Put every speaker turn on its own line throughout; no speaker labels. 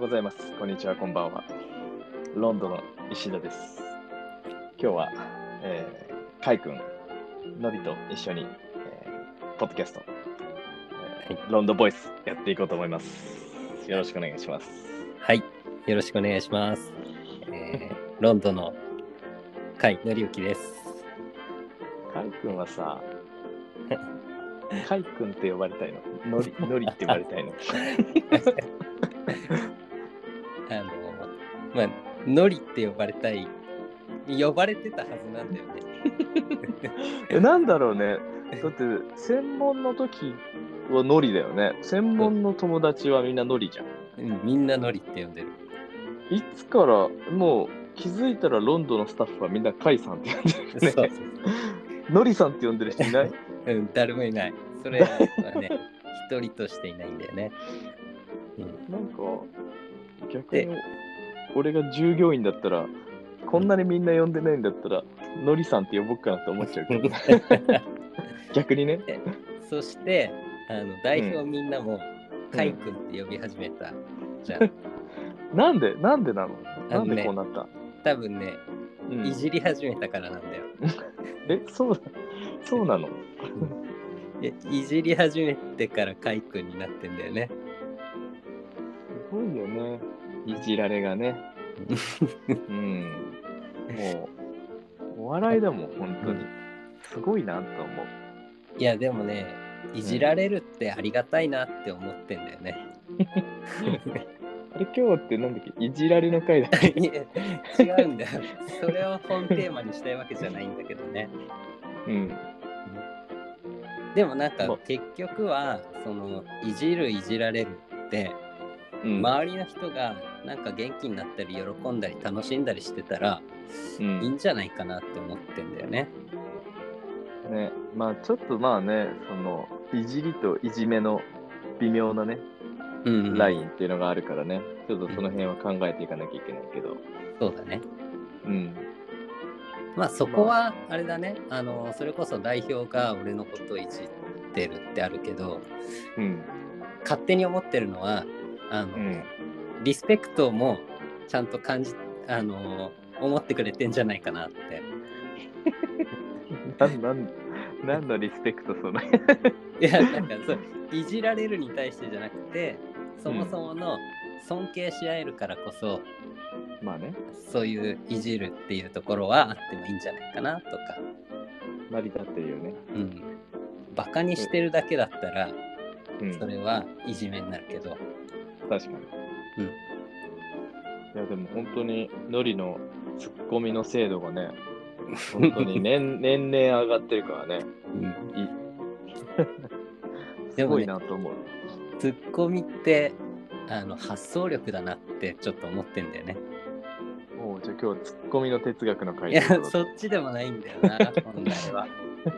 ございます。こんにちは、こんばんは。ロンドンの石田です。今日は、カイ君、ノリと一緒に、ポッドキャスト、ロンドンボイスやっていこうと思います。よろしくお願いします。
はい、よろしくお願いします。ロンドンの甲斐紀之です。
カイ君はさ、カイ君って呼ばれたいの？ノリって呼ばれたいの？
ノリって呼ばれたい。呼ばれてたはずなんだよね。
なんだろうね。だって専門の時はノリだよね。専門の友達はみんなノリじゃん。
みんなノリって呼んでる。
いつからもう気づいたらロンドンのスタッフはみんなカイさんって呼んでるよね。
そう
ノリさんって呼んでる人いない？
誰もいない。それはね、一人としていないんだよね。
なんか逆に俺が従業員だったら、こんなにみんな呼んでないんだったら、ノリさんって呼ぼっかなって思っちゃうけど逆にね。
そして代表みんなもカイ君って呼び始めたじゃん。
なんでなの？なんでこうなった？
多分ね、いじり始めたからなんだよ。
そうなの？
いじり始めてからカイ君になってんだよね。
すごいよね、いじられがね。もうお笑いだもん、本当に。すごいなと思う。
いやでもね、いじられるってありがたいなって思ってんだよね。
あれ今日ってなんだっけ、いじられの回だっけ？
違うんだよ。それを本テーマにしたいわけじゃないんだけどね。でもなんか結局はそのいじられるって、周りの人がなんか元気になったり喜んだり楽しんだりしてたら、いいんじゃないかなって思ってんだよね。
ね、まあちょっとまあね、そのいじりといじめの微妙なね、ラインっていうのがあるからね、ちょっとその辺は考えていかなきゃいけないけど。
そうだね。まあそこはあれだね、それこそ代表が俺のことをいじってるってあるけど、勝手に思ってるのはリスペクトもちゃんと思ってくれてんじゃないかなって。
何のリスペクトその
いやなんかそういじられるに対してじゃなくて、そもそもの尊敬し合えるからこそ、
まあね、
そういういじるっていうところはあってもいいんじゃないかなとか。
成り立ってるよね。
バカにしてるだけだったら、それはいじめになるけど。
確かに。いやでも本当にノリのツッコミの精度がね、本当に年々上がってるからね。すごいなと思う。
ツッコミって発想力だなってちょっと思ってんだよね。
じゃあ今日はツッコミの哲学の回。
いやそっちでもないんだよな本来は。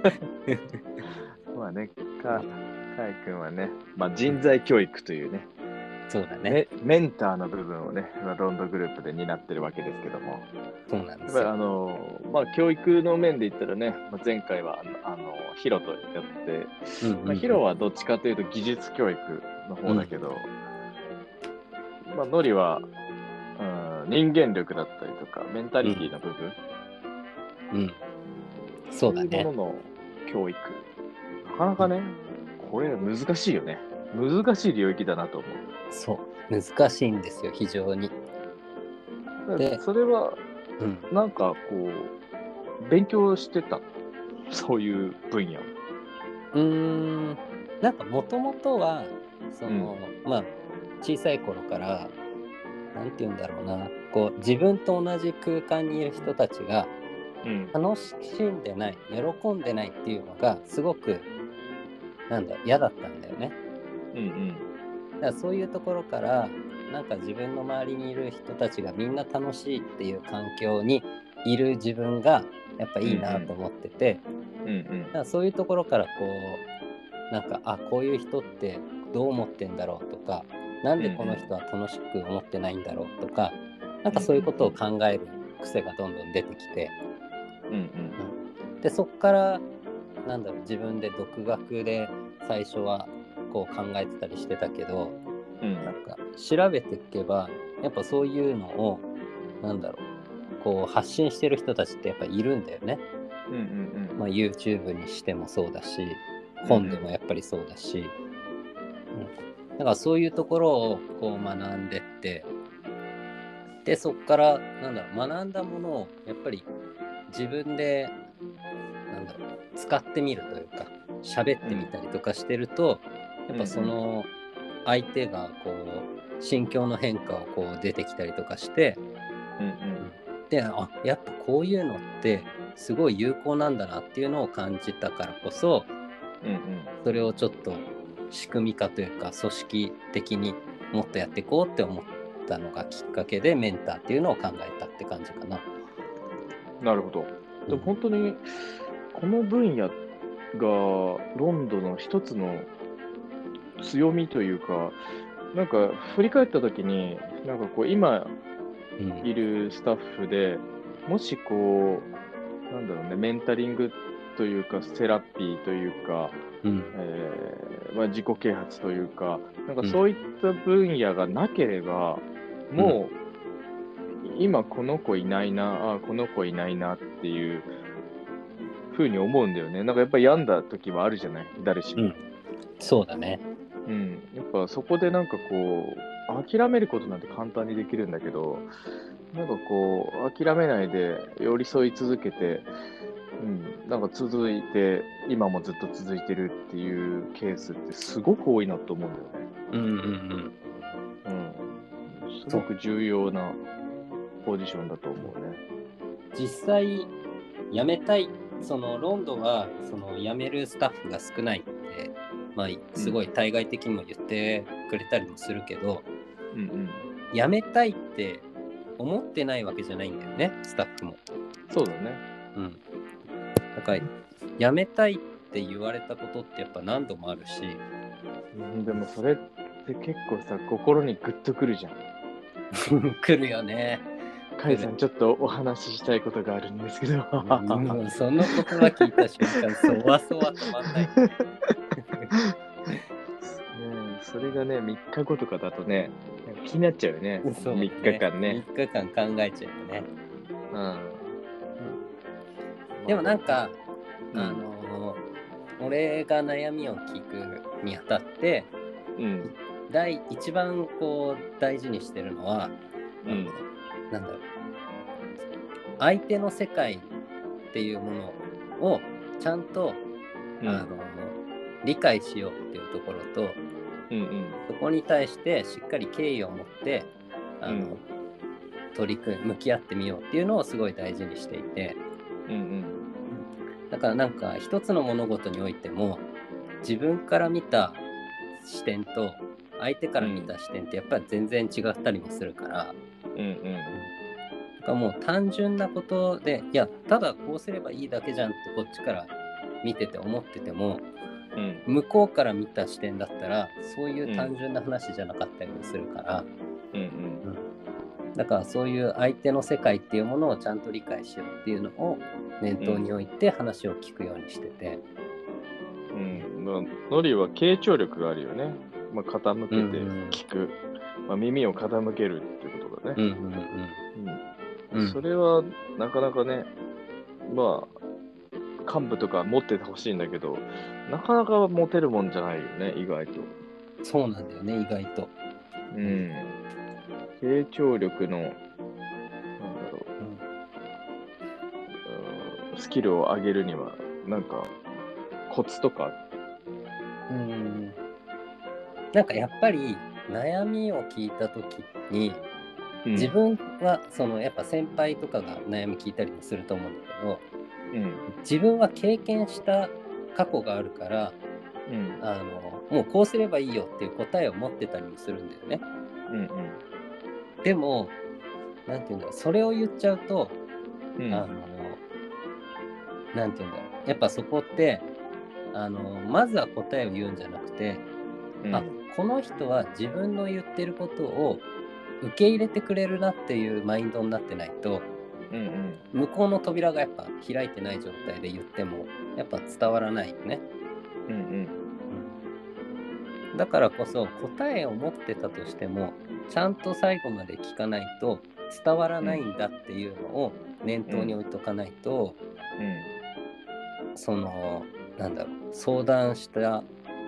まあね、カイ君はね、まあ、人材教育というね、
そうだね、
メンターの部分をね、ロンドングループで担ってるわけですけども。
そうなんですよ。
まあ、教育の面で言ったらね、前回はヒロとやって、ヒロはどっちかというと技術教育の方だけど、まあ、ノリは、人間力だったりとか、メンタリティの部分、
そうだね。
そういうものの教育。なかなかね、これ難しいよね。難しい領域だなと思う。
そう、難しいんですよ、非常に。
で、それは、なんかこう、勉強してた、そういう分野。
なんかもともとは、まあ、小さい頃から、なんて言うんだろうな、こう、自分と同じ空間にいる人たちが、楽しんでない、喜んでないっていうのが、すごく、嫌だったんだよね。だからそういうところからなんか自分の周りにいる人たちがみんな楽しいっていう環境にいる自分がやっぱいいなと思ってて、だからそういうところからこうなんかこういう人ってどう思ってんだろうとか、なんでこの人は楽しく思ってないんだろうとか、なんかそういうことを考える癖がどんどん出てきて、でそっから自分で独学で最初はこう考えてたりしてたけど、 なんか調べていけばやっぱそういうのをなんだろうこう発信してる人たちってやっぱいるんだよね。まあ YouTube にしてもそうだし本でもやっぱりそうだし、だからそういうところをこう学んでってでそこからなんだろう学んだものをやっぱり自分でなんだろう使ってみるというか喋ってみたりとかしてると、やっぱその相手がこう心境の変化をこう出てきたりとかして、でやっぱこういうのってすごい有効なんだなっていうのを感じたからこそ、それをちょっと仕組み化というか組織的にもっとやっていこうって思ったのがきっかけでメンターっていうのを考えたって感じかな。
なるほど。でも本当にこの分野がロンドの一つの強みというか、なんか振り返った時になんかこう今いるスタッフで、もしこうなんだろうね、メンタリングというかセラピーというか、自己啓発というか、なんかそういった分野がなければ、もう今この子いないな、この子いないなっていうふうに思うんだよね。なんかやっぱり病んだ時はあるじゃない、誰しも。
そうだね。
やっぱそこでなんかこう、諦めることなんて簡単にできるんだけど、なんかこう、諦めないで寄り添い続けて、なんか続いて、今もずっと続いてるっていうケースってすごく多いなと思うんだよね。すごく重要なポジションだと思うね。
実際、辞めたい、そのロンドンはその辞めるスタッフが少ないって、まあ、すごい対外的にも言ってくれたりもするけど、辞めたいって思ってないわけじゃないんだよね、スタッフも。
そうだね。
だから辞めたいって言われたことってやっぱ何度もあるし、
でもそれって結構さ、心にグッとくるじゃん。
来るよね。
カイさん、ちょっとお話ししたいことがあるんですけど。
その言葉聞いた瞬間、そわそわ止まんない。
それがね、3日後とかだとね、気になっちゃうよね。3日間ね。
3日間考えちゃうよね。でもなんか、俺が悩みを聞くにあたって、一番こう大事にしてるのは、なんだろう、相手の世界っていうものをちゃんと、理解しようっていうところと、そこに対してしっかり敬意を持って向き合ってみようっていうのをすごい大事にしていて、だからなんか一つの物事においても自分から見た視点と相手から見た視点ってやっぱり全然違ったりもするから、だからもう単純なことでただこうすればいいだけじゃんってこっちから見てて思ってても、向こうから見た視点だったらそういう単純な話じゃなかったりもするから、だからそういう相手の世界っていうものをちゃんと理解しようっていうのを念頭に置いて話を聞くようにしてて、
ノリは傾聴力があるよね。傾けて聞く、耳を傾けるっていうことだね。それはなかなかね、幹部とか持っててほしいんだけど、なかなか持てるもんじゃないよね、意外と。
そうなんだよね、意外と。
傾聴力の、スキルを上げるには、なんか、コツとか。
なんかやっぱり悩みを聞いたときに、自分はやっぱ先輩とかが悩み聞いたりもすると思うんだけど、自分は経験した過去があるから、もうこうすればいいよっていう答えを持ってたりもするんだよね。でもなんていうんだろう、それを言っちゃうと、なんていうんだろう、やっぱそこってまずは答えを言うんじゃなくて、この人は自分の言ってることを受け入れてくれるなっていうマインドになってないと、向こうの扉がやっぱ開いてない状態で言ってもやっぱ伝わらないよね。 だからこそ答えを持ってたとしてもちゃんと最後まで聞かないと伝わらないんだっていうのを念頭に置いとかないと、そのなんだろう、相談した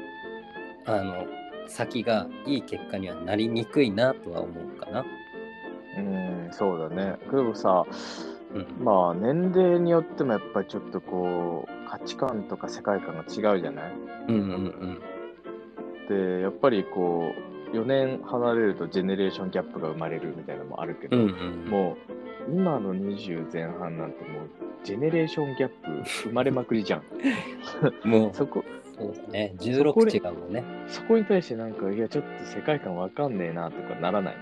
先がいい結果にはなりにくいなとは思うかな。
そうだね。けどさ、まあ年齢によってもやっぱりちょっとこう価値観とか世界観が違うじゃない。でやっぱりこう4年離れるとジェネレーションギャップが生まれるみたいなのもあるけど、もう今の20前半なんてもうジェネレーションギャップ生まれまくりじゃん。
もうそうだね、16違うもんね。
そこに対してなんかいやちょっと世界観わかんねえなとかならない？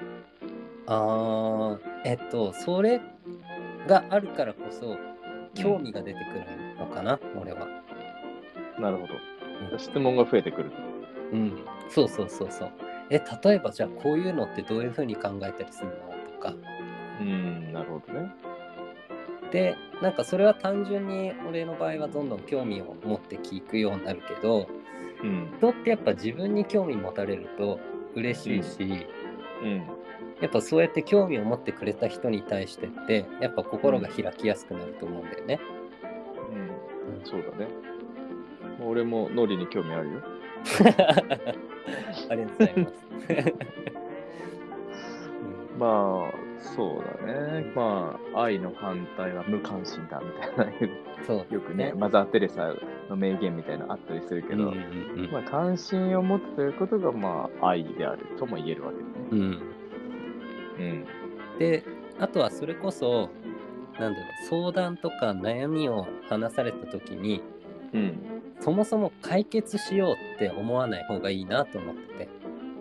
それがあるからこそ興味が出てくるのかな、俺は。
なるほど。質問が増えてくる。
そうそうそうそう。例えばじゃあこういうのってどういうふうに考えたりするのとか。
なるほどね。
で、なんかそれは単純に俺の場合はどんどん興味を持って聞くようになるけど、人ってやっぱ自分に興味持たれると嬉しいし、やっぱそうやって興味を持ってくれた人に対してってやっぱ心が開きやすくなると思うんだよね。
そうだね。俺もノリに興味あるよ。
ありがとうございます。
まあそうだね。まあ愛の反対は無関心だみたいなよくね、マザー・テレサの名言みたいなのあったりするけど、まあ関心を持つということがまあ愛であるとも言えるわけね。
で、あとはそれこそなんだろう、相談とか悩みを話された時に、そもそも解決しようって思わない方がいいなと思ってて。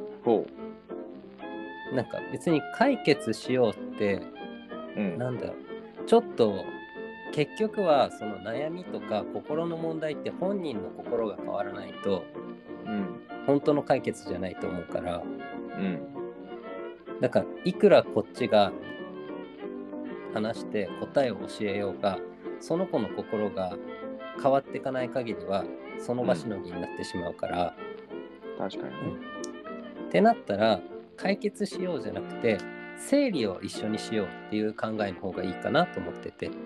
なんか別に解決しようって、なんだろう、ちょっと結局はその悩みとか心の問題って本人の心が変わらないと、本当の解決じゃないと思うから、だからいくらこっちが話して答えを教えようがその子の心が変わっていかない限りはその場しのぎになってしまうから、
確かにね。
ってなったら解決しようじゃなくて整理を一緒にしようっていう考えの方がいいかなと思ってて、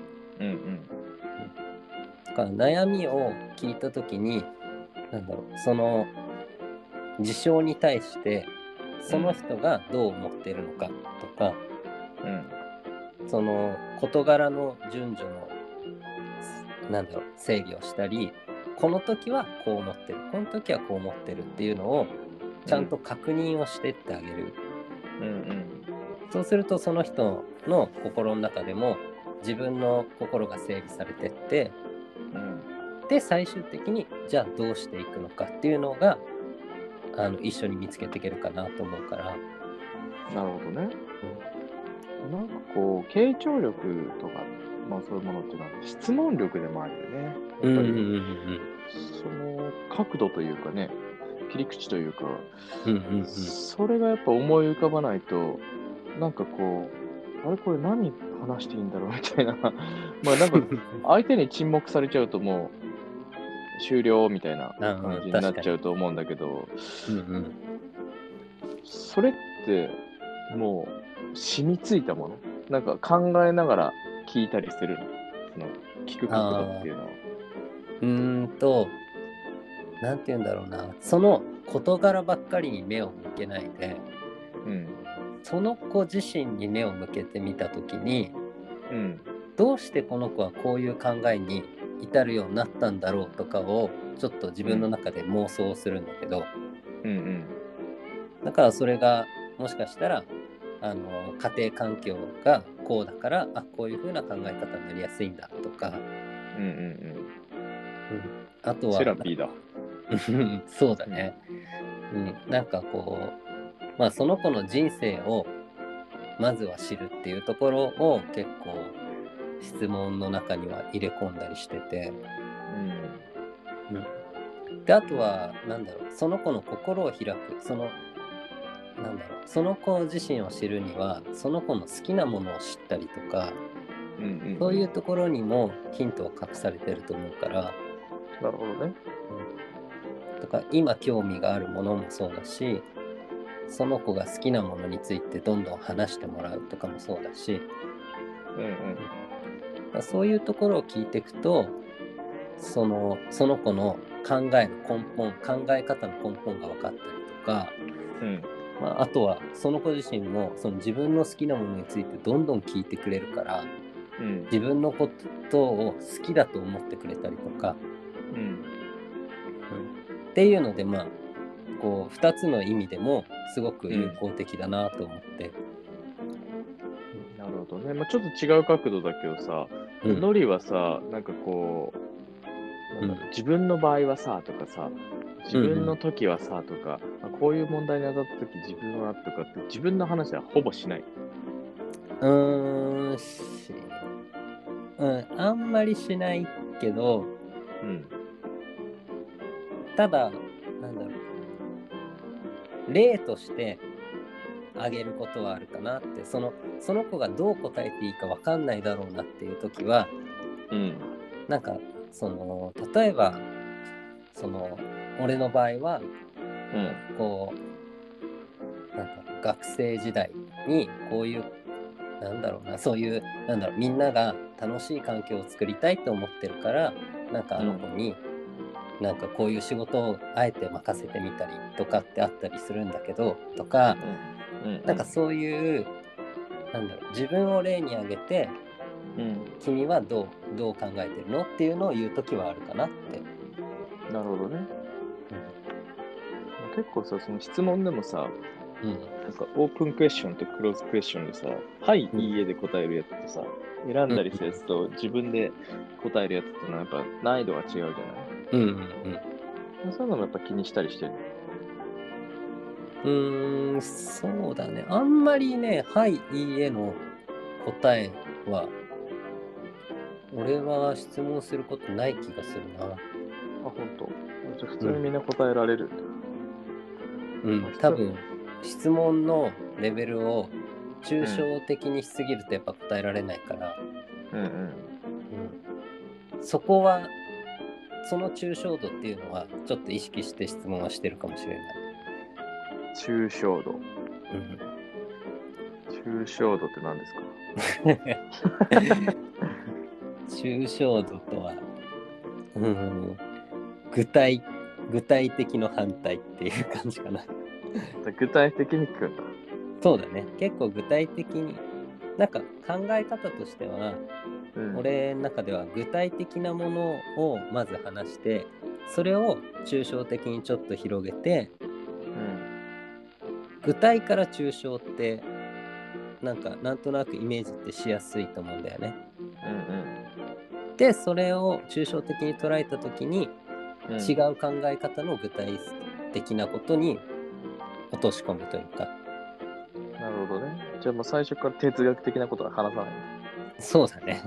だから悩みを聞いた時になんだろう、その事象に対してその人がどう思っているのかとか、その事柄の順序のなんだろう整理をしたり、この時はこう思ってる、この時はこう思ってるっていうのをちゃんと確認をしてってあげる。そうするとその人の心の中でも自分の心が整理されてって、で最終的にじゃあどうしていくのかっていうのが一緒に見つけていけるかなと思うから。
なるほどね。なんかこう傾聴力とか、まあそういうものっていうのは質問力でもあるよね。やっぱり、その角度というかね、切り口というか、それがやっぱ思い浮かばないと、なんかこう、あれこれ何話していいんだろうみたいな、まあなんか相手に沈黙されちゃうともう終了みたいな感じになっちゃうと思うんだけど、それってもう染みついたもの、なんか考えながら聞いたりするの、その聞く角度っていうのは。
なんて言うんだろうな、その事柄ばっかりに目を向けないで、その子自身に目を向けてみたときに、どうしてこの子はこういう考えに至るようになったんだろうとかをちょっと自分の中で妄想するんだけど、だからそれがもしかしたら家庭環境がこうだからこういう風な考え方になりやすいんだとか、あとは
セラピーだ。
そうだね。なんかこう、まあその子の人生をまずは知るっていうところを結構質問の中には入れ込んだりしてて、であとはなんだろう、その子の心を開く、その子自身を知るにはその子の好きなものを知ったりとか、そういうところにもヒントを隠されてると思うから。
なるほどね。
とか今興味があるものもそうだし、その子が好きなものについてどんどん話してもらうとかもそうだし、そういうところを聞いていくと、その子の考え方の根本が分かったりとか、あとはその子自身もその自分の好きなものについてどんどん聞いてくれるから、自分のことを好きだと思ってくれたりとか、っていうのでこう2つの意味でもすごく有効的だなと思って、
なるほどね。ちょっと違う角度だけどさ、ノリはさ、なんかこう、自分の場合はさとかさ、自分の時はさとか、こういう問題に当たった時自分はとかって自分の話はほぼしない。
あんまりしないけど、ただ例としてあげることはあるかなって、その子がどう答えていいか分かんないだろうなっていう時は、なんか例えば俺の場合は、こう学生時代にこういうそういうみんなが楽しい環境を作りたいと思ってるから、あの子にこういう仕事をあえて任せてみたりとかってあったりするんだけどとか、そういう自分を例に挙げて、君はどう考えてるのっていうのを言うときはあるかなって。
なるほどね。結構さ、その質問でもさ、なんかオープンクエスチョンとクローズクエスチョンでさ、はい、いいえで答えるやつとさ、選んだりするやつと自分で答えるやつってのはやっぱ難易度が違うじゃない。そういうのもやっぱ気にしたりして
る。そうだね。あんまりね、はい、いいえの答えは、俺は質問することない気がするな。
本当。じゃあ普通にみんな答えられる。
多分質問のレベルを抽象的にしすぎるとやっぱ答えられないから、そこはその抽象度っていうのはちょっと意識して質問はしてるかもしれない。
抽象度。抽象度って何ですか？
抽象度とは、具体的の反対っていう感じかな。
具体的に聞くんだ。
そうだね。結構具体的に、考え方としては、俺の中では具体的なものをまず話して、それを抽象的にちょっと広げて、具体から抽象ってなんとなくイメージってしやすいと思うんだよね。でそれを抽象的に捉えた時に、違う考え方の具体的なことに落とし込むというか。
なるほどね。じゃあもう最初から哲学的なことは話さない。
そうだね。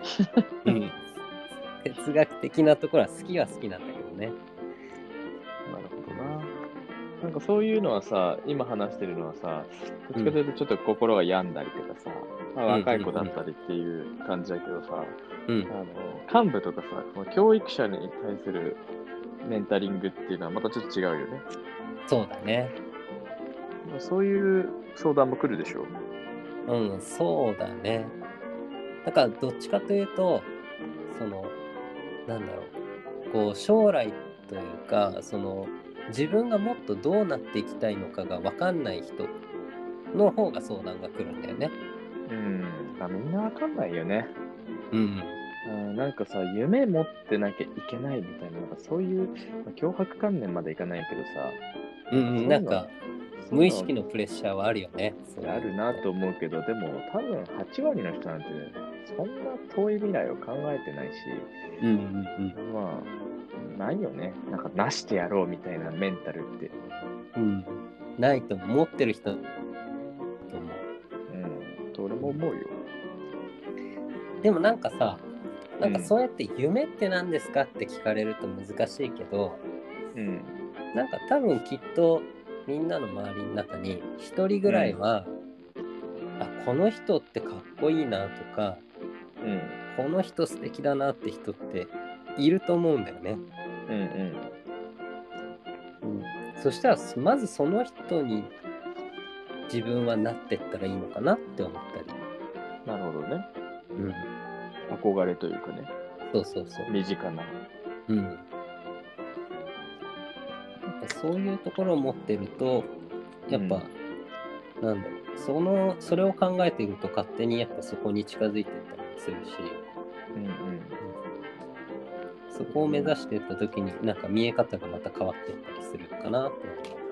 哲学的なところは好きなんだけどね。
なるほどな。なんかそういうのはさ、今話してるのはさ、どっちかというとちょっと心が病んだりとかさ、若い子だったりっていう感じだけどさ、幹部とかさ、この教育者に対するメンタリングっていうのはまたちょっと違うよね。
そうだね。
そういう相談も来るでしょ。
そうだね。だからどっちかというと、こう将来というか、自分がもっとどうなっていきたいのかが分かんない人の方が相談が来るんだよね。
みんな分かんないよね。なんかさ、夢持ってなきゃいけないみたいな、そういう強迫観念までいかないけどさ、
無意識のプレッシャーはあるよね。
あるなと思うけど、でも多分8割の人なんてそんな遠い未来を考えてないし、ないよね。なしてやろうみたいなメンタルって。
ないと思ってる人と思う。
と俺も思うよ。
でもそうやって夢って何ですかって聞かれると難しいけど、多分きっとみんなの周りの中に一人ぐらいは、この人ってかっこいいなとか、この人素敵だなって人っていると思うんだよね。 そしたらまずその人に自分はなってったらいいのかなって思ったり。
なるほどね。
うん。
憧れというかね。
そうそうそう。
身近な。
うん。やっぱそういうところを持ってると、やっぱ、なんだろう、それを考えていると勝手にやっぱそこに近づいていったりもするし、そこを目指していった時になんか見え方がまた変わっていったりするかなと思うかな。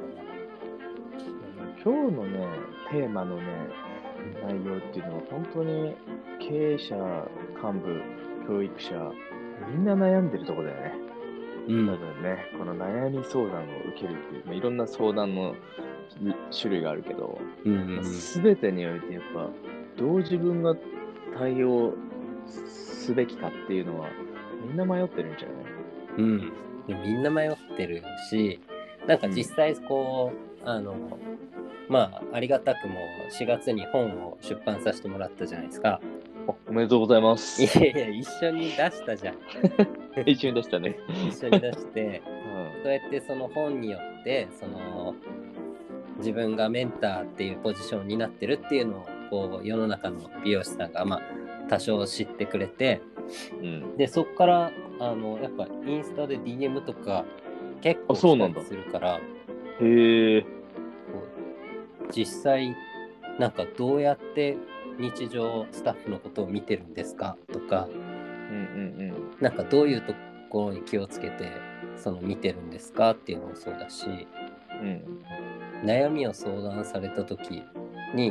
今日のね、テーマのね、内容っていうのは本当に経営者、幹部、教育者、みんな悩んでるところだよね。多分ね、この悩み相談を受けるっていう、いろんな相談の種類があるけど、すべてにおいてやっぱ、どう自分が対応すべきかっていうのは、みんな迷ってるんじゃない？
でみんな迷ってるし、なんか実際こう、まあ、ありがたくも4月に本を出版させてもらったじゃないですか。
おめでとうございます。
いやいや、一緒に出したじゃん。
一緒に出したね。
一緒に出して、そうやってその本によって、自分がメンターっていうポジションになってるっていうのを、こう、世の中の美容師さんが、まあ、多少知ってくれて、で、そこから、やっぱインスタで DM とか結構来たりするから、
へえ。
実際なんかどうやって日常スタッフのことを見てるんですかとか、なんかどういうところに気をつけて見てるんですかっていうのもそうだし、悩みを相談された時に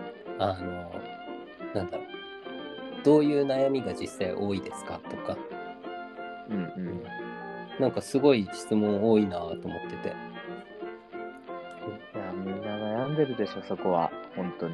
なんだろう、どういう悩みが実際多いですかとか、なんかすごい質問多いなと思ってて。
いや、みんな悩んでるでしょ、そこは。本当に。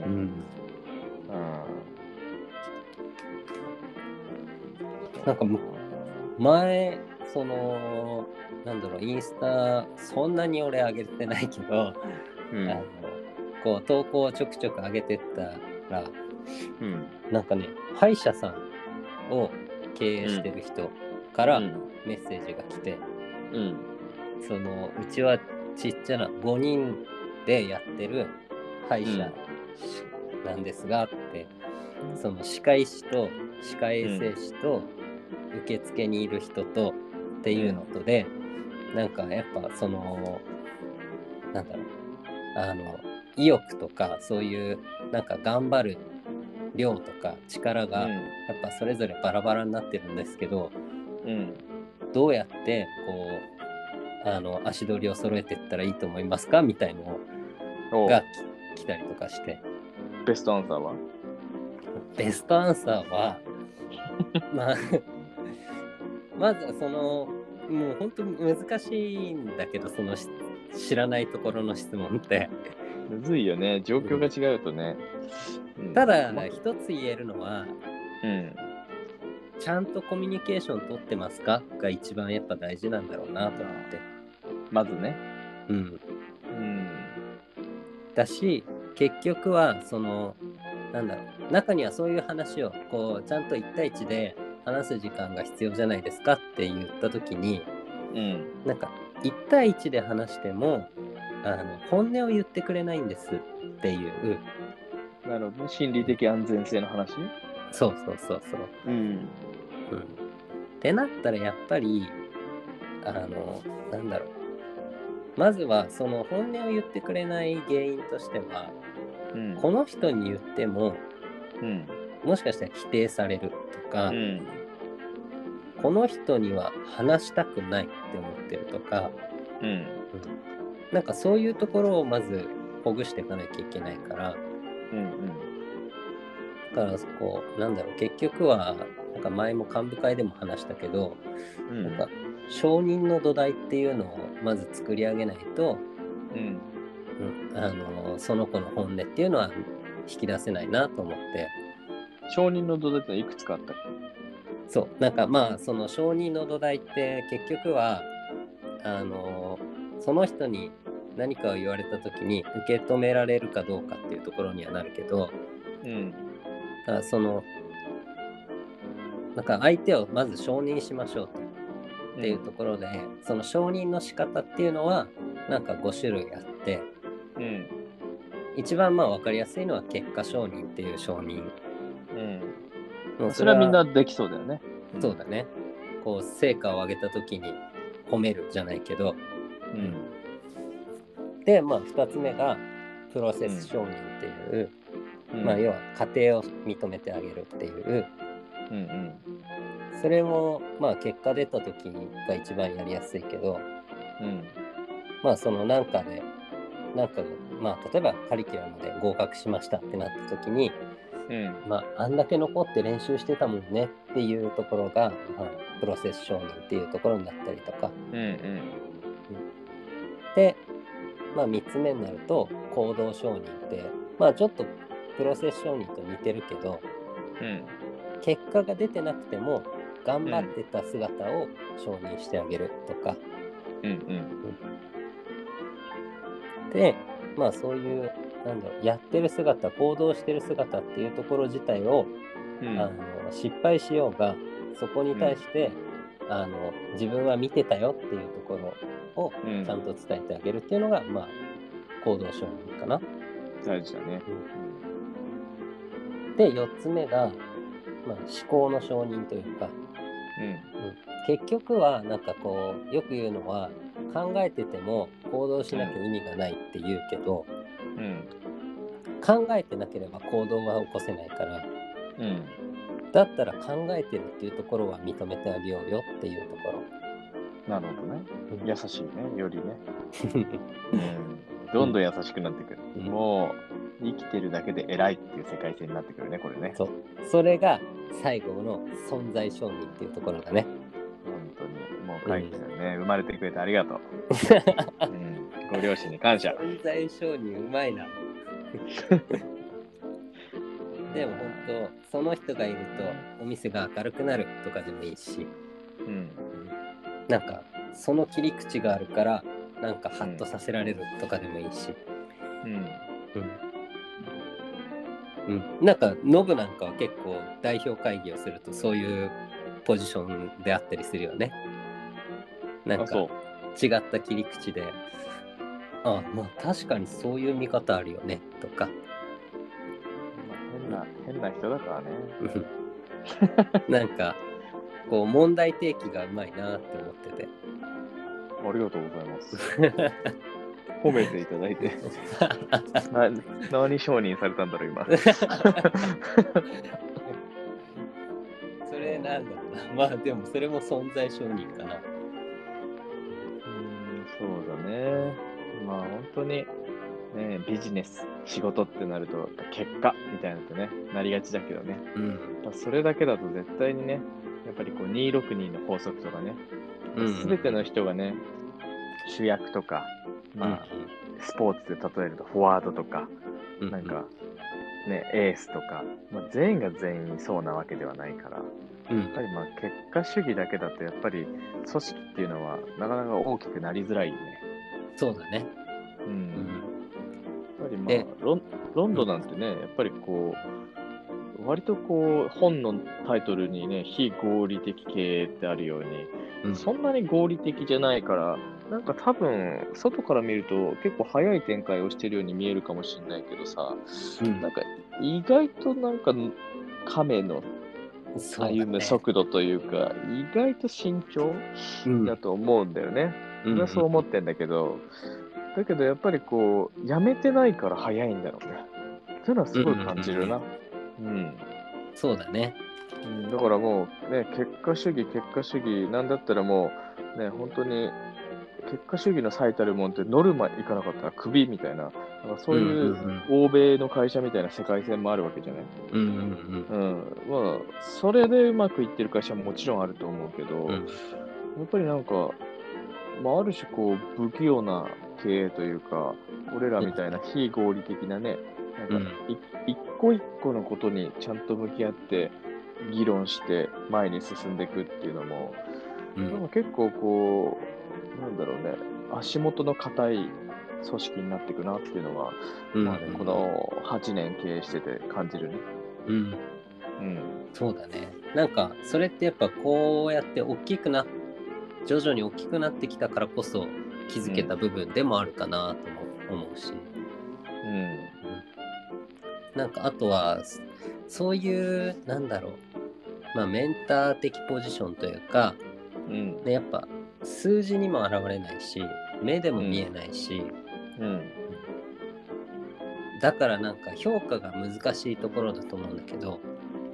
なんか前、なんだろう、インスタ、そんなに俺上げてないけど、こう、投稿をちょくちょく上げてったら、なんかね、歯医者さんを経営してる人からメッセージが来て、うちはちっちゃな5人でやってる歯医者なんですがって、歯科医師と歯科衛生士と受付にいる人とっていうのとで、なんかやっぱなんだろう、意欲とかそういうなんか頑張る量とか力がやっぱそれぞれバラバラになってるんですけど、どうやってこう足取りを揃えていったらいいと思いますかみたいのが来たりとかして、
ベストアンサーは
まあまずもう本当に難しいんだけど、知らないところの質問って
むずいよね、状況が違うとね。
ただ一つ言えるのは、ちゃんとコミュニケーション取ってますかが一番やっぱ大事なんだろうなと思って。
まずね。
だし、結局はなんだろう、中にはそういう話をこうちゃんと1対1で話す時間が必要じゃないですかって言った時に、なんか1対1で話しても本音を言ってくれないんですっていう。
なるほどね、心理的安全性の話。
そう。ってなったらやっぱりなんだろう、まずはその本音を言ってくれない原因としては、この人に言っても、もしかしたら否定されるとか、この人には話したくないって思ってるとか、なんかそういうところをまずほぐしていかなきゃいけないから、だからなんだろう、結局はなんか前も幹部会でも話したけど、なんか承認の土台っていうのをまず作り上げないと、その子の本音っていうのは引き出せないなと思って。
承認の土台っていくつかあったっけ？
そう、なんかまあその承認の土台って結局はその人に何かを言われた時に受け止められるかどうかっていうところにはなるけど、だからなんか相手をまず承認しましょうとっていうところで、その承認の仕方っていうのはなんか5種類あって、
うん、
一番まあ分かりやすいのは結果承認っていう承認。
もうそれはみんなできそうだよね。
そうだね。こう成果を上げた時に褒めるじゃないけど、でまあ2つ目がプロセス承認っていう、まあ要は過程を認めてあげるっていう、それもまあ結果出た時が一番やりやすいけど、まあそのなんかまあ例えばカリキュラムで合格しましたってなった時に、まああんだけ残って練習してたもんねっていうところが、まあ、プロセス承認っていうところになったりとか、でまあ3つ目になると行動承認って、まあちょっとプロセス承認と似てるけど、結果が出てなくても頑張ってた姿を承認してあげるとか、でまあそういうやってる姿、行動してる姿っていうところ自体を、失敗しようがそこに対して、自分は見てたよっていうところをちゃんと伝えてあげるっていうのが、まあ行動承認かな。
大事だね。
で4つ目が、まあ、思考の承認というか、結局はなんかこうよく言うのは考えてても行動しなきゃ意味がないって言うけど、考えてなければ行動は起こせないから、だったら考えてるっていうところは認めてあげようよっていうところ。
なるほどね。優しいね、よりね。どんどん優しくなってくる。もう生きてるだけで偉いっていう世界線になってくるね、これね。
それが最後の存在承認っていうところだね。
本当にもう書いてたよね、生まれてくれてありがとう。ご両親に感謝。
存在承認うまいな。でも本当その人がいるとお店が明るくなるとかでもいいし、なんかその切り口があるからなんかハッとさせられるとかでもいいし、なんかノブなんかは結構代表会議をするとそういうポジションであったりするよね。なんか違った切り口で、まあ確かにそういう見方あるよねとか。
変な人だからね。
なんかこう問題提起がうまいなって思ってて。
ありがとうございます。褒めていただいて。何承認されたんだろう今。
それなんだろうな。まあでもそれも存在承認かな。
そうだね。まあ本当にね、ビジネス、仕事ってなると結果みたいなのとね、なりがちだけどね。それだけだと絶対にね、やっぱりこう262の法則とかね、すべての人がね、主役とか、まあ、スポーツで例えるとフォワードとか、なんかね、エースとか、まあ、全員が全員そうなわけではないから、やっぱりまあ結果主義だけだとやっぱり組織っていうのはなかなか大きくなりづらいよね。
そうだね。
やっぱりまあロンドなんてね、やっぱりこう割とこう本のタイトルにね、非合理的経営ってあるように、そんなに合理的じゃないから、なんか多分外から見ると結構早い展開をしてるように見えるかもしれないけどさ、なんか意外となんか亀の歩む速度というか、意外と慎重だと思うんだよね。僕はそう思ってんだけど、だけどやっぱりこうやめてないから早いんだろうね。そういうのはすごい感じるな。
そうだね。
だからもうね、結果主義なんだったらもうね、本当に結果主義の最たるもんってノルマいかなかったらクビみたいな、なんかそういう欧米の会社みたいな世界線もあるわけじゃない。まあそれでうまくいってる会社ももちろんあると思うけど、やっぱりなんか、まあある種こう不器用な経営というか、俺らみたいな非合理的なね、なんか一個一個のことにちゃんと向き合って議論して前に進んでいくっていうのも、なんか結構こう、なんだろうね、足元の硬い組織になっていくなっていうのは、まあね、この8年経営してて感じるね。
そうだね。なんかそれってやっぱこうやって徐々に大きくなってきたからこそ気づけた部分でもあるかなとも思うし、なんかあとはそういうなんだろう、メンター的ポジションというか、でやっぱ数字にも現れないし目でも見えないし、だからなんか評価が難しいところだと思うんだけど、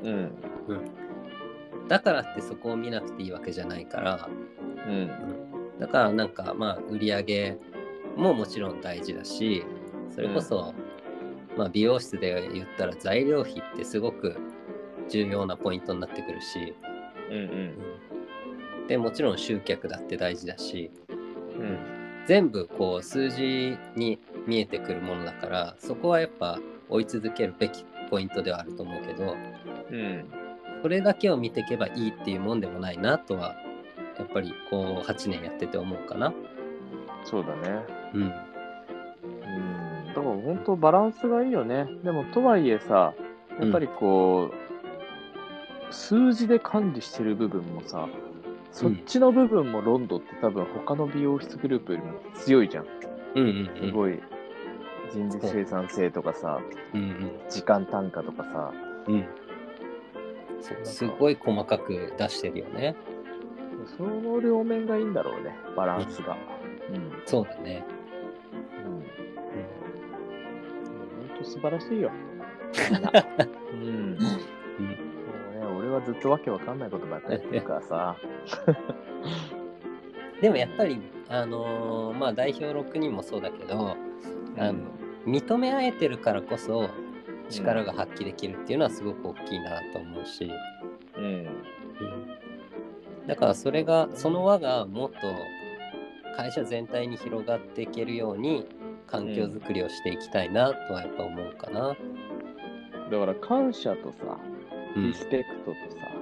だからってそこを見なくていいわけじゃないから、だからなんか売り上げももちろん大事だし、それこそ、美容室で言ったら材料費ってすごく重要なポイントになってくるし、でもちろん集客だって大事だし、全部こう数字に見えてくるものだから、そこはやっぱ追い続けるべきポイントではあると思うけど、それだけを見ていけばいいっていうもんでもないなとはやっぱりこう8年やってて思うかな。
そうだね。だから本当バランスがいいよね。でもとはいえさ、やっぱりこう、数字で管理してる部分もさ、そっちの部分もロンドって多分他の美容室グループよりも強いじゃん。すごい人事生産性とかさ、時間単価とかさ、
すごい細かく出してるよね。
その両面がいいんだろうね、バランスが。
そうだね。
本当素晴らしいよ。俺はずっとわけわかんないことばっかりやってるからさ。
でもやっぱり代表6人もそうだけど、認め合えてるからこそ力が発揮できるっていうのはすごく大きいなと思うし、だからその輪がもっと会社全体に広がっていけるように環境づくりをしていきたいなとはやっぱ思うかな。
だから感謝とさ、リスペクトと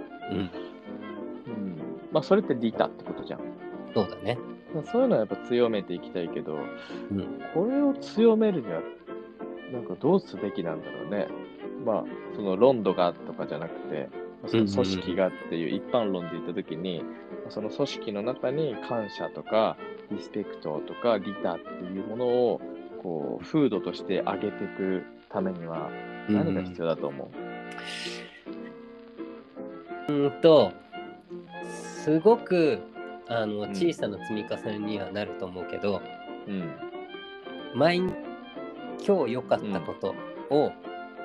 さ、それって利他ってことじゃん。
そうだね。
そういうのはやっぱ強めていきたいけど、これを強めるにはなんかどうすべきなんだろうね。そのロンドがとかじゃなくて、その組織がっていう一般論で言ったときに、その組織の中に感謝とかリスペクトとか利他っていうものをこう風土として上げていくためには何が必要だと思う？
すごく小さな積み重ねにはなると思うけど、今日良かったことを、考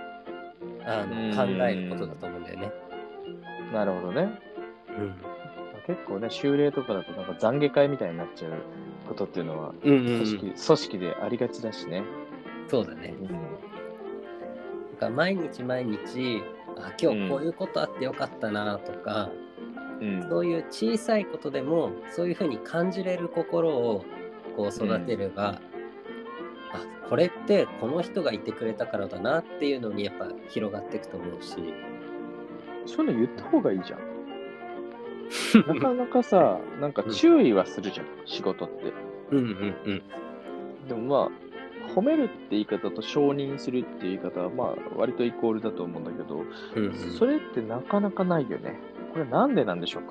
えることだと思うんだよね。
なるほどね。結構ね、修例とかだとなんか懺悔会みたいになっちゃうことっていうのは、組織でありがちだしね。
そうだね。だから毎日今日こういうことあってよかったなとか、そういう小さいことでもそういうふうに感じれる心をこう育てれば、これってこの人がいてくれたからだなっていうのにやっぱ広がっていくと思うし。
そういうの言った方がいいじゃん。なかなかさ、なんか注意はするじゃん、仕事って。でも褒めるって言い方と承認するって言い方は割とイコールだと思うんだけど、それってなかなかないよね。これなんでなんでしょうか？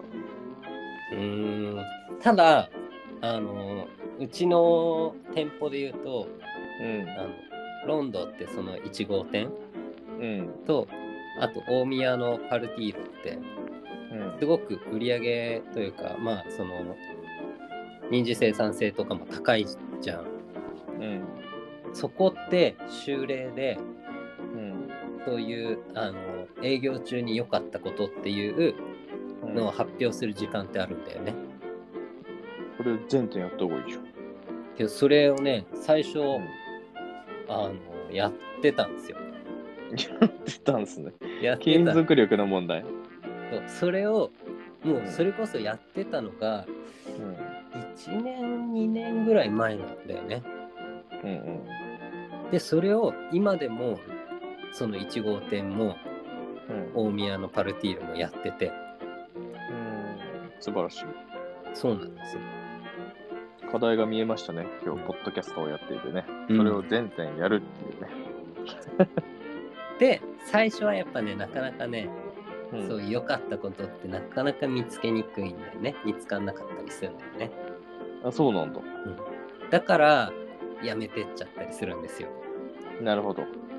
ただうちの店舗で言うと、ロンドってその1号店、とあと大宮のパルティーロってすごく売り上げというかその人事生産性とかも高いじゃん。そこって修例で、そういう営業中に良かったことっていうのを発表する時間ってあるんだよね。
これ全店やった方がいいじゃん。
けどそれをね最初、やってたんですよ。
やってたんですね。継続力の問題。
それをもうそれこそやってたのが、1年2年ぐらい前なんだよね。でそれを今でもその1号店も、大宮のパルティーロもやってて、
素晴らしい。
そうなんですよ。
課題が見えましたね。今日ポッドキャストをやっていてね、それを全店やるっていうね。
で最初はやっぱねなかなかね、そういう良かったことってなかなか見つけにくいんだよね。見つかんなかったりするんだよね。
そうなんだ。
だからやめてっちゃったりするんですよ。
なるほど。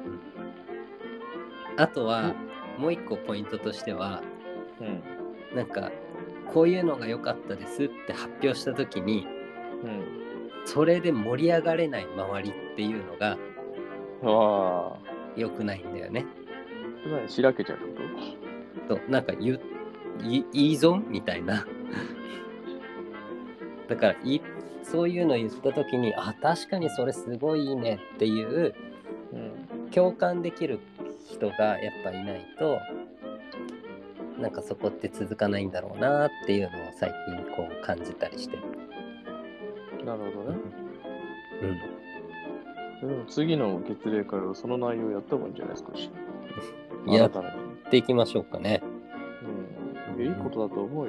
あとはもう一個ポイントとしては、なんかこういうのが良かったですって発表した時に、それで盛り上がれない周りっていうのが良くないんだよね。
しらけちゃうってこ
と？なんかいいぞみたいな。だからそういうの言った時に、確かにそれすごいいいねっていう、共感できる人がやっぱいないと、なんかそこって続かないんだろうなっていうのを最近こう感じたりして。
なるほどね。でも次の月例会はその内容やった方がいいんじゃないですか。
やっていきましょうかね。
いいことだと思うよ。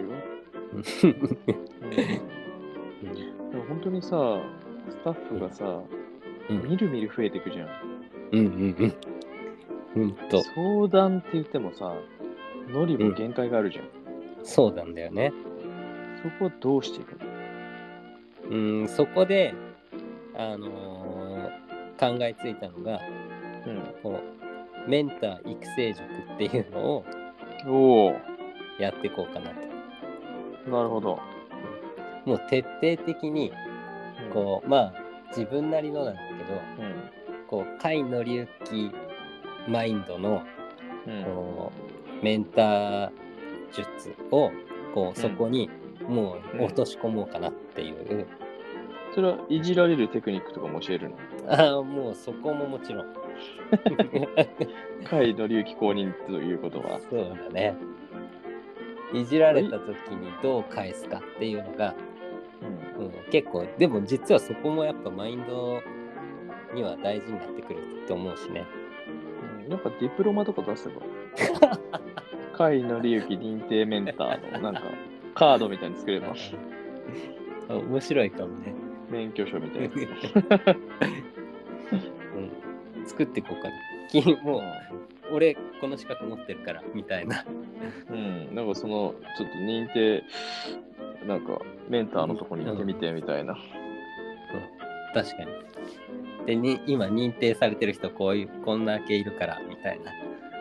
でも本当にさ、スタッフがさ、みるみる増えていくじゃん。相談って言ってもさ、ノリも限界があるじゃん。
そうなんだよね。
そこはどうしていく
の？そこで、考えついたのが、こうメンター育成塾っていうのをやっていこうかなと。
なるほど。
もう徹底的にこう、自分なりのなんだけど、こう甲斐紀之マインドのこうメンター術をこうそこにもう落とし込もうかなっていう。
それはいじられるテクニックとかも教えるの？
もうそこももちろん。
甲斐紀之公認ということは。
そうだね。いじられた時にどう返すかっていうのが、結構でも実はそこもやっぱマインドには大事になってくると思うしね。
なんかディプロマとか出せば甲斐紀之認定メンターのなんかカードみたいに作れば
面白いかもね。
免許証みたいな
作っていこうかな。もう俺この資格持ってるからみたいな。
なんかそのちょっと認定なんかメンターのとこに行ってみてみたいな。
確かに。で今認定されてる人こんな系いるからみたいな。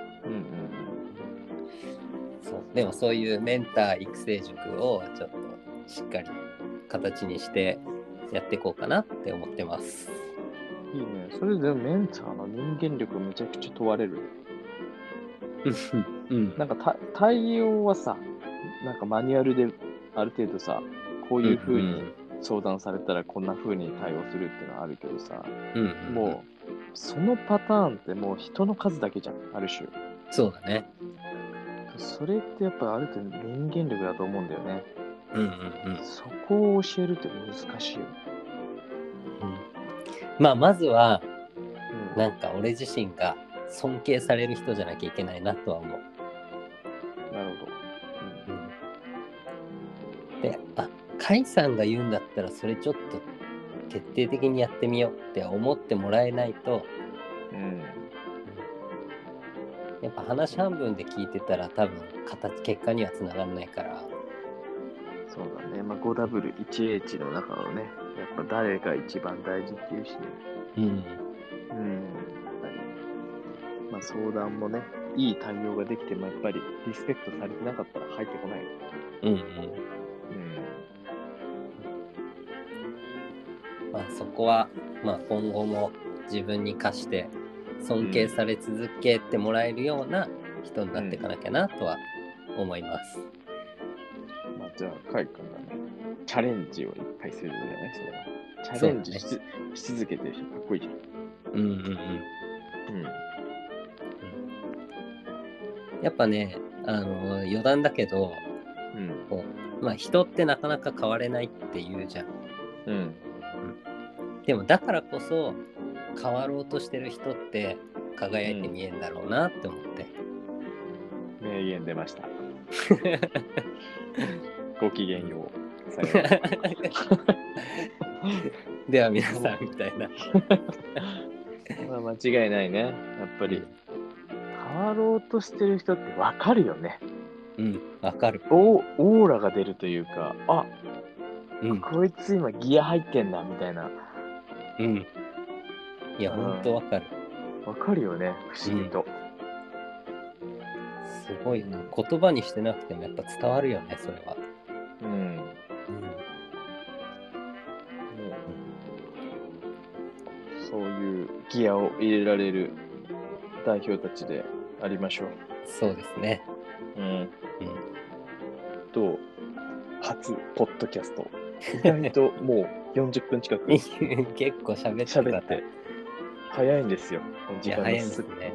そうでもそういうメンター育成塾をちょっとしっかり形にしてやっていこうかなって思ってます。
いいね。それでメンターの人間力めちゃくちゃ問われる。なんか対応はさ、なんかマニュアルである程度さ、こういう風に相談されたらこんな風に対応するっていうのはあるけどさ、もうそのパターンってもう人の数だけじゃん、ある種。
そうだね。
それってやっぱある程度人間力だと思うんだよね。そこを教えるって難しいよ。
まずは、なんか俺自身が尊敬される人じゃなきゃいけないなとは思う。
なるほ
ど。で、甲斐さんが言うんだったらそれちょっと徹底的にやってみようって思ってもらえないと、やっぱ話半分で聞いてたら多分結果にはつながらないから。
そうだね。5W1H の中のね、やっぱ誰が一番大事っていうしね。やっぱり相談もね、いい対応ができてもやっぱりリスペクトされてなかったら入ってこない。
そこは今後も自分に課して尊敬され続けてもらえるような人になっていかなきゃなとは思います。
じゃあ、甲斐君がね、チャレンジをいっぱいするじゃないそれは。チャレンジ し続けてる人かっこいいじゃん。
やっぱね、余談だけど、人ってなかなか変われないって言うじゃん。でもだからこそ変わろうとしてる人って輝いて見えるんだろうなって思って。
名言出ました。ごきげんよう。
では皆さんみたいな。
間違いないね。やっぱり変わろうとしてる人って分かるよね。
分かる。
オーラが出るというか、こいつ今ギア入ってんだみたいな。
うん。いや、ほんとわかる。
わかるよね、不思議と。
すごいな。言葉にしてなくてもやっぱ伝わるよね、それは。
うん。そういうギアを入れられる代表たちでありましょう。
そうですね。
どう初ポッドキャスト。意外ともう40分近く
結構喋って
早いんですよ。
時間が早いですね。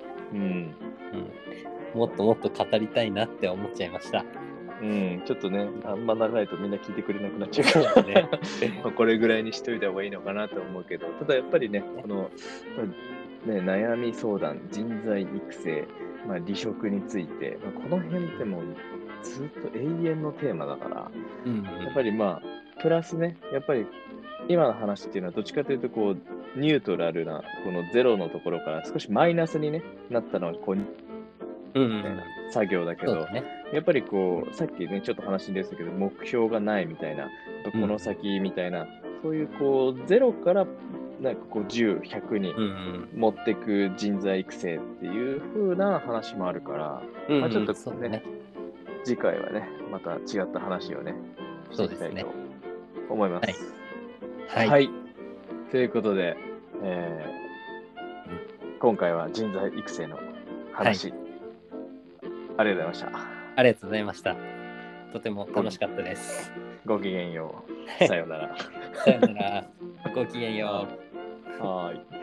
もっともっと語りたいなって思っちゃいました。
ちょっとね、あんま長いとみんな聞いてくれなくなっちゃうからね。これぐらいにしといた方がいいのかなと思うけど、ただやっぱりね、この、悩み相談、人材育成、離職について、この辺ってもうずっと永遠のテーマだから、やっぱりプラスね、やっぱり今の話っていうのはどっちかというとこう、ニュートラルな、このゼロのところから少しマイナスに、なったのはこう、みたいな作業だけど、やっぱりこう、さっきね、ちょっと話に出てたけど、目標がないみたいな、この先みたいな、そういうこう、ゼロからなんかこう、10、100に持っていく人材育成っていう風な話もあるから、ちょっとね、次回はね、また違った話をね、していきたいと思います。はい。ということで、今回は人材育成の話、ありがとうございました。
ありがとうございました。とても楽しかったです。
ごきげんよう。さようなら。
さようなら。ごきげんよう。
はい。